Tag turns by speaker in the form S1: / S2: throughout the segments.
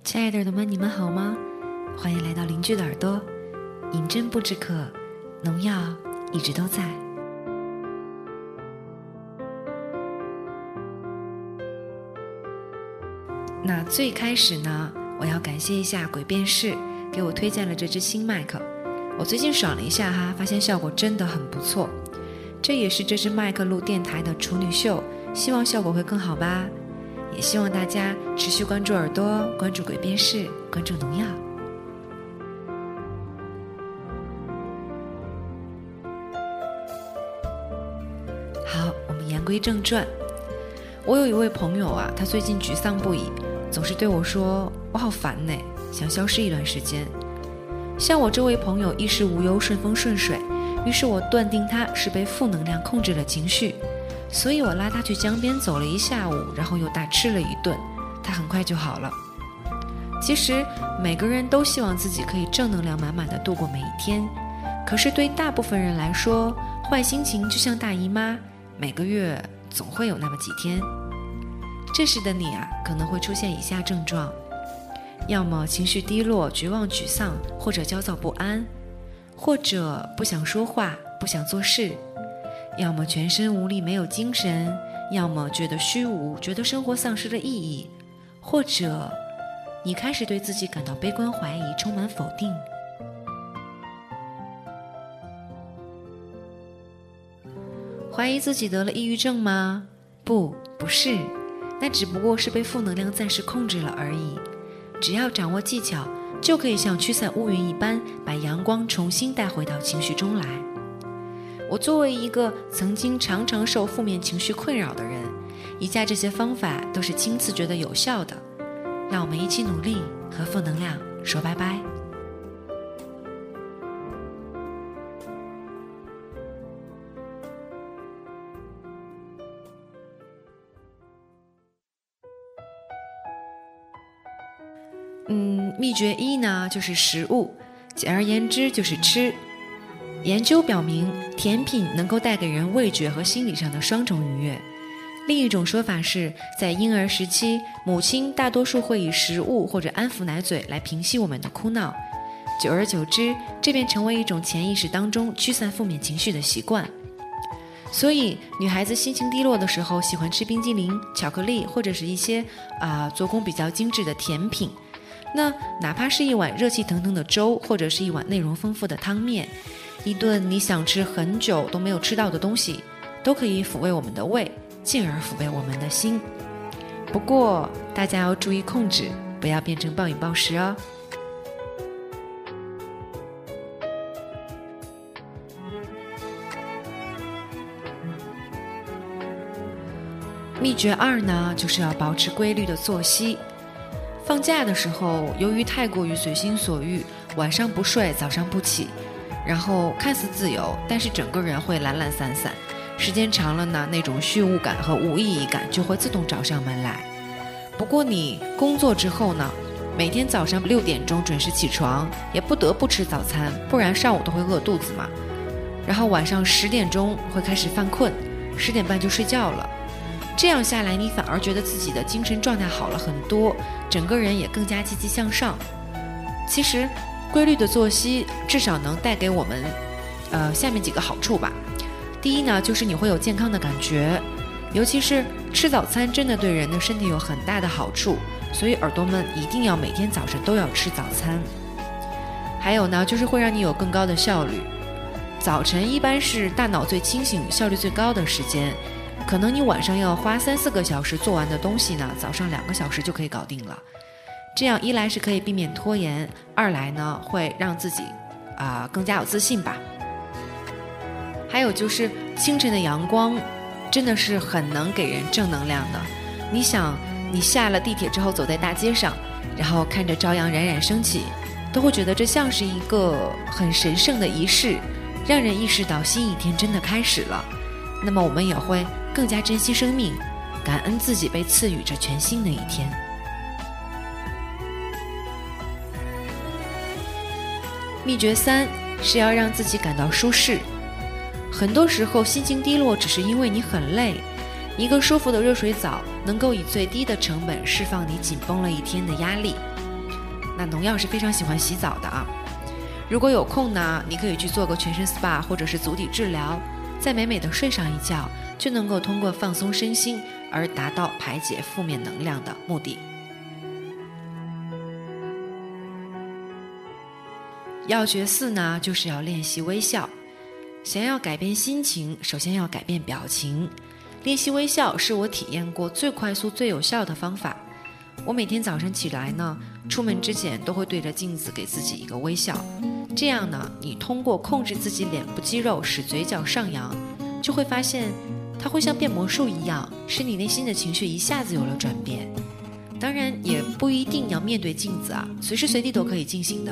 S1: 亲爱的耳朵们，你们好吗？欢迎来到邻居的耳朵，饮鸩不止渴，农药一直都在。那最开始呢，我要感谢一下鬼辩士给我推荐了这支新麦克，我最近爽了一下哈，发现效果真的很不错。这也是这支麦克录电台的处女秀，希望效果会更好吧。也希望大家持续关注耳朵，关注鬼辩士，关注农药。好，我们言归正传。我有一位朋友啊，他最近沮丧不已，总是对我说我好烦呢，想消失一段时间。像我这位朋友衣食无忧，顺风顺水，于是我断定他是被负能量控制了情绪，所以我拉他去江边走了一下午，然后又大吃了一顿，他很快就好了。其实每个人都希望自己可以正能量满满的度过每一天，可是对大部分人来说，坏心情就像大姨妈，每个月总会有那么几天。这时的你啊，可能会出现以下症状：要么情绪低落、绝望、沮丧，或者焦躁不安，或者不想说话、不想做事，要么全身无力没有精神，要么觉得虚无，觉得生活丧失了意义，或者你开始对自己感到悲观怀疑，充满否定。怀疑自己得了抑郁症吗？不是，那只不过是被负能量暂时控制了而已。只要掌握技巧，就可以像驱散乌云一般，把阳光重新带回到情绪中来。我作为一个曾经常常受负面情绪困扰的人，以下这些方法都是亲自觉得有效的。让我们一起努力，和负能量说拜拜。秘诀一呢，就是食物，简而言之就是吃。研究表明，甜品能够带给人味觉和心理上的双重愉悦。另一种说法是，在婴儿时期，母亲大多数会以食物或者安抚奶嘴来平息我们的哭闹，久而久之，这便成为一种潜意识当中驱散负面情绪的习惯。所以女孩子心情低落的时候，喜欢吃冰激凌、巧克力，或者是一些做工比较精致的甜品。那哪怕是一碗热气腾腾的粥，或者是一碗内容丰富的汤面，一顿你想吃很久都没有吃到的东西，都可以抚慰我们的胃，进而抚慰我们的心。不过大家要注意控制，不要变成暴饮暴食哦。秘诀二呢，就是要保持规律的作息。放假的时候，由于太过于随心所欲，晚上不睡，早上不起，然后看似自由，但是整个人会懒懒散散，时间长了呢，那种虚无感和无意义感就会自动找上门来。不过你工作之后呢，每天早上6点钟准时起床，也不得不吃早餐，不然上午都会饿肚子嘛。然后晚上10点钟会开始犯困，10点半就睡觉了。这样下来，你反而觉得自己的精神状态好了很多，整个人也更加积极向上。其实规律的作息至少能带给我们下面几个好处吧。第一呢，就是你会有健康的感觉，尤其是吃早餐真的对人的身体有很大的好处，所以耳朵们一定要每天早上都要吃早餐。还有呢，就是会让你有更高的效率。早晨一般是大脑最清醒、效率最高的时间，可能你晚上要花3-4个小时做完的东西呢，早上2个小时就可以搞定了。这样一来是可以避免拖延，二来呢会让自己更加有自信吧。还有就是清晨的阳光真的是很能给人正能量的。你想，你下了地铁之后走在大街上，然后看着朝阳冉冉升起，都会觉得这像是一个很神圣的仪式，让人意识到新一天真的开始了。那么我们也会更加珍惜生命，感恩自己被赐予这全新的一天。秘诀3是要让自己感到舒适。很多时候心情低落只是因为你很累，一个舒服的热水澡能够以最低的成本释放你紧绷了一天的压力。 那农药是非常喜欢洗澡的啊。如果有空呢，你可以去做个全身 SPA 或者是足底治疗，再美美的睡上一觉，就能够通过放松身心而达到排解负面能量的目的。要诀4呢，就是要练习微笑。想要改变心情，首先要改变表情。练习微笑是我体验过最快速最有效的方法。我每天早上起来呢，出门之前都会对着镜子给自己一个微笑，这样呢，你通过控制自己脸部肌肉使嘴角上扬，就会发现它会像变魔术一样，使你内心的情绪一下子有了转变。当然也不一定要面对镜子啊，随时随地都可以进行的。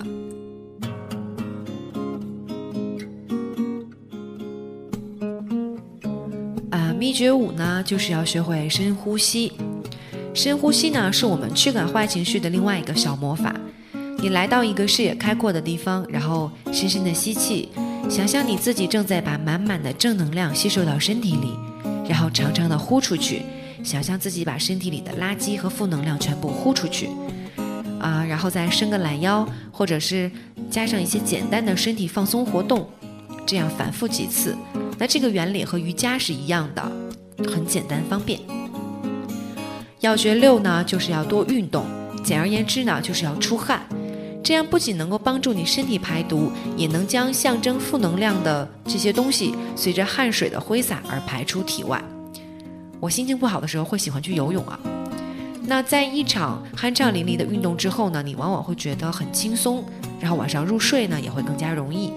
S1: 秘诀5呢，就是要学会深呼吸。深呼吸呢，是我们驱赶坏情绪的另外一个小魔法。你来到一个视野开阔的地方，然后深深的吸气，想象你自己正在把满满的正能量吸收到身体里，然后长长的呼出去，想象自己把身体里的垃圾和负能量全部呼出去。然后再伸个懒腰，或者是加上一些简单的身体放松活动，这样反复几次。那这个原理和瑜伽是一样的，很简单方便。要诀6呢，就是要多运动，简而言之呢，就是要出汗。这样不仅能够帮助你身体排毒，也能将象征负能量的这些东西随着汗水的挥洒而排出体外。我心情不好的时候会喜欢去游泳啊。那在一场酣畅淋漓的运动之后呢，你往往会觉得很轻松，然后晚上入睡呢也会更加容易。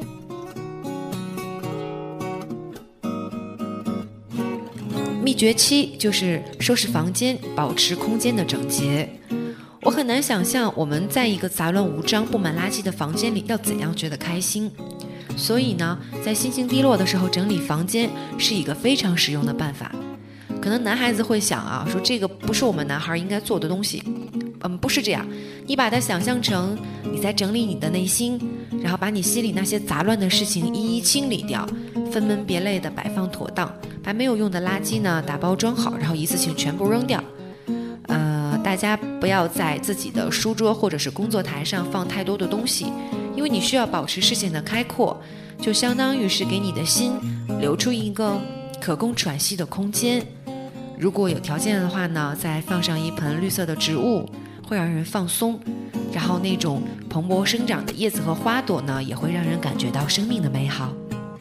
S1: 秘诀7就是收拾房间，保持空间的整洁。我很难想象我们在一个杂乱无章、布满垃圾的房间里要怎样觉得开心。所以呢，在心情低落的时候，整理房间是一个非常实用的办法。可能男孩子会想啊，说这个不是我们男孩应该做的东西。不是这样，你把它想象成你在整理你的内心，然后把你心里那些杂乱的事情一一清理掉，分门别类的摆放妥当，把没有用的垃圾呢打包装好，然后一次性全部扔掉。大家不要在自己的书桌或者是工作台上放太多的东西，因为你需要保持视线的开阔，就相当于是给你的心留出一个可供喘息的空间。如果有条件的话呢，再放上一盆绿色的植物，会让人放松，然后那种蓬勃生长的叶子和花朵呢，也会让人感觉到生命的美好。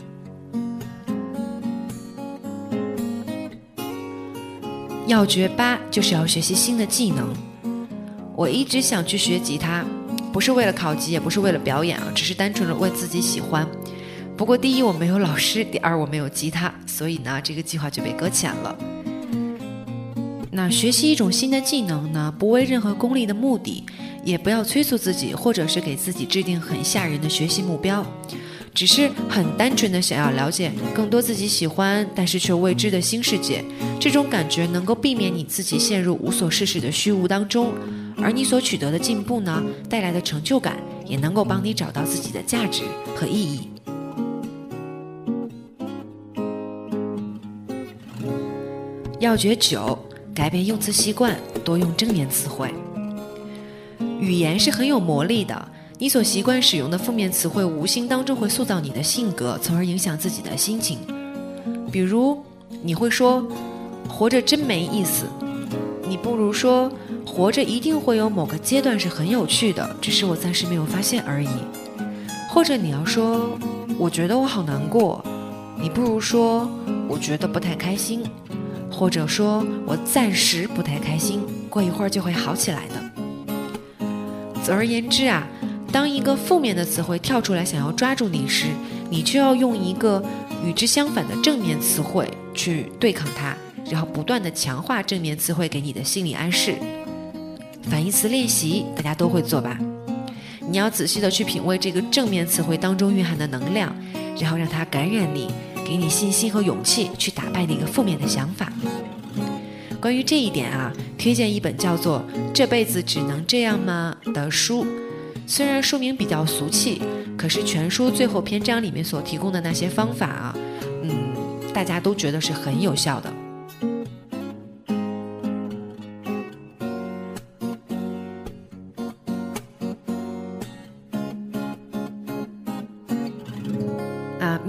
S1: 要诀8就是要学习新的技能。我一直想去学吉他，不是为了考级，也不是为了表演啊，只是单纯的为自己喜欢。不过第一我没有老师，第二我没有吉他，所以呢这个计划就被搁浅了。那学习一种新的技能呢，不为任何功利的目的，也不要催促自己，或者是给自己制定很吓人的学习目标，只是很单纯的想要了解更多自己喜欢但是却未知的新世界。这种感觉能够避免你自己陷入无所事事的虚无当中，而你所取得的进步呢，带来的成就感也能够帮你找到自己的价值和意义。要诀9，改变用词习惯，多用正面词汇。语言是很有魔力的，你所习惯使用的负面词汇无形当中会塑造你的性格，从而影响自己的心情。比如你会说活着真没意思，你不如说活着一定会有某个阶段是很有趣的，只是我暂时没有发现而已。或者你要说我觉得我好难过，你不如说我觉得不太开心，或者说我暂时不太开心，过一会儿就会好起来的。总而言之啊，当一个负面的词汇跳出来想要抓住你时，你就要用一个与之相反的正面词汇去对抗它，然后不断地强化正面词汇给你的心理暗示。反义词练习大家都会做吧？你要仔细地去品味这个正面词汇当中蕴含的能量，然后让它感染你，给你信心和勇气去打败那个负面的想法。关于这一点啊，推荐一本叫做《这辈子只能这样吗》的书。虽然书名比较俗气，可是全书最后篇章里面所提供的那些方法啊，大家都觉得是很有效的。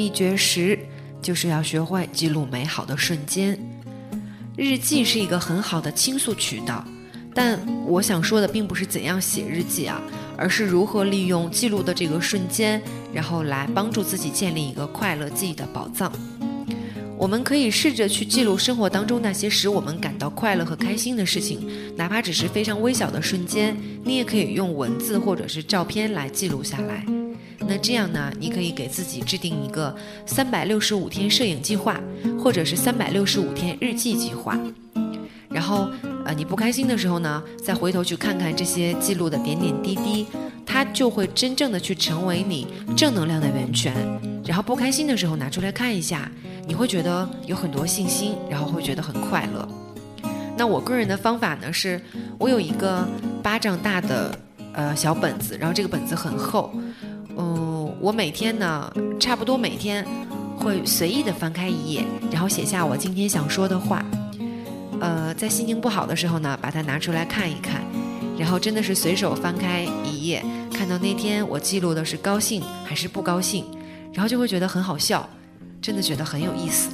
S1: 秘诀10就是要学会记录美好的瞬间。日记是一个很好的倾诉渠道，但我想说的并不是怎样写日记啊，而是如何利用记录的这个瞬间，然后来帮助自己建立一个快乐记忆的宝藏。我们可以试着去记录生活当中那些使我们感到快乐和开心的事情，哪怕只是非常微小的瞬间，你也可以用文字或者是照片来记录下来。那这样呢，你可以给自己制定一个365天摄影计划，或者是365天日记计划。然后你不开心的时候呢，再回头去看看这些记录的点点滴滴，它就会真正的去成为你正能量的源泉。然后不开心的时候拿出来看一下，你会觉得有很多信心，然后会觉得很快乐。那我个人的方法呢，是我有一个巴掌大的小本子，然后这个本子很厚，我每天呢，差不多每天会随意的翻开一页，然后写下我今天想说的话。在心情不好的时候呢，把它拿出来看一看，然后真的是随手翻开一页，看到那天我记录的是高兴还是不高兴，然后就会觉得很好笑，真的觉得很有意思。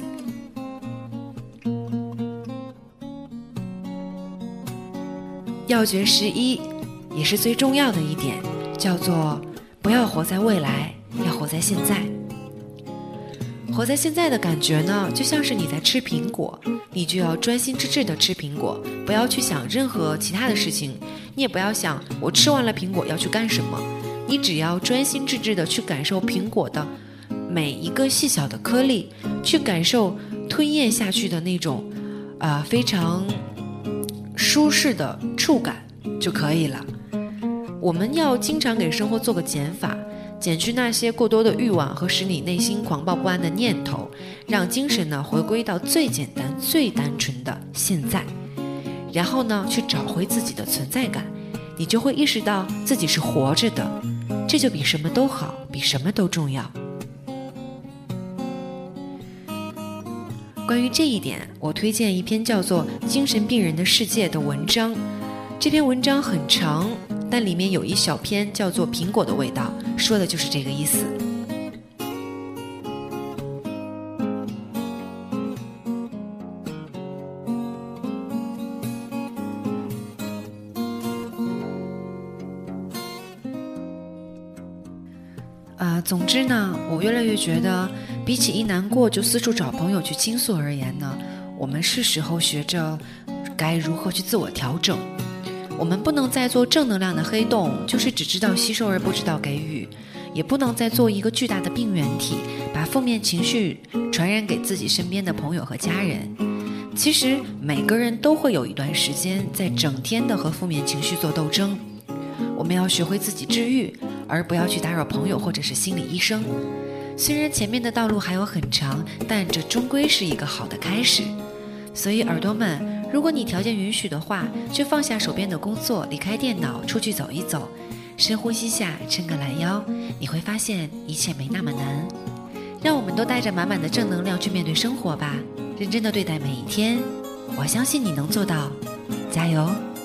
S1: 要诀11也是最重要的一点，叫做不要活在未来，要活在现在。活在现在的感觉呢，就像是你在吃苹果，你就要专心致志地吃苹果，不要去想任何其他的事情，你也不要想我吃完了苹果要去干什么，你只要专心致志地去感受苹果的每一个细小的颗粒，去感受吞咽下去的那种非常舒适的触感就可以了。我们要经常给生活做个减法，减去那些过多的欲望和使你内心狂暴不安的念头，让精神呢回归到最简单最单纯的现在，然后呢去找回自己的存在感，你就会意识到自己是活着的，这就比什么都好，比什么都重要。关于这一点，我推荐一篇叫做《精神病人的世界》的文章。这篇文章很长，但里面有一小篇叫做《苹果的味道》，说的就是这个意思。总之呢，我越来越觉得，比起一难过就四处找朋友去倾诉而言呢，我们是时候学着该如何去自我调整。我们不能再做正能量的黑洞，就是只知道吸收而不知道给予，也不能再做一个巨大的病原体，把负面情绪传染给自己身边的朋友和家人。其实每个人都会有一段时间在整天的和负面情绪做斗争，我们要学会自己治愈，而不要去打扰朋友或者是心理医生。虽然前面的道路还有很长，但这终归是一个好的开始。所以耳朵们，如果你条件允许的话，就放下手边的工作，离开电脑，出去走一走，深呼吸下，伸个懒腰，你会发现一切没那么难。让我们都带着满满的正能量去面对生活吧，认真的对待每一天，我相信你能做到，加油！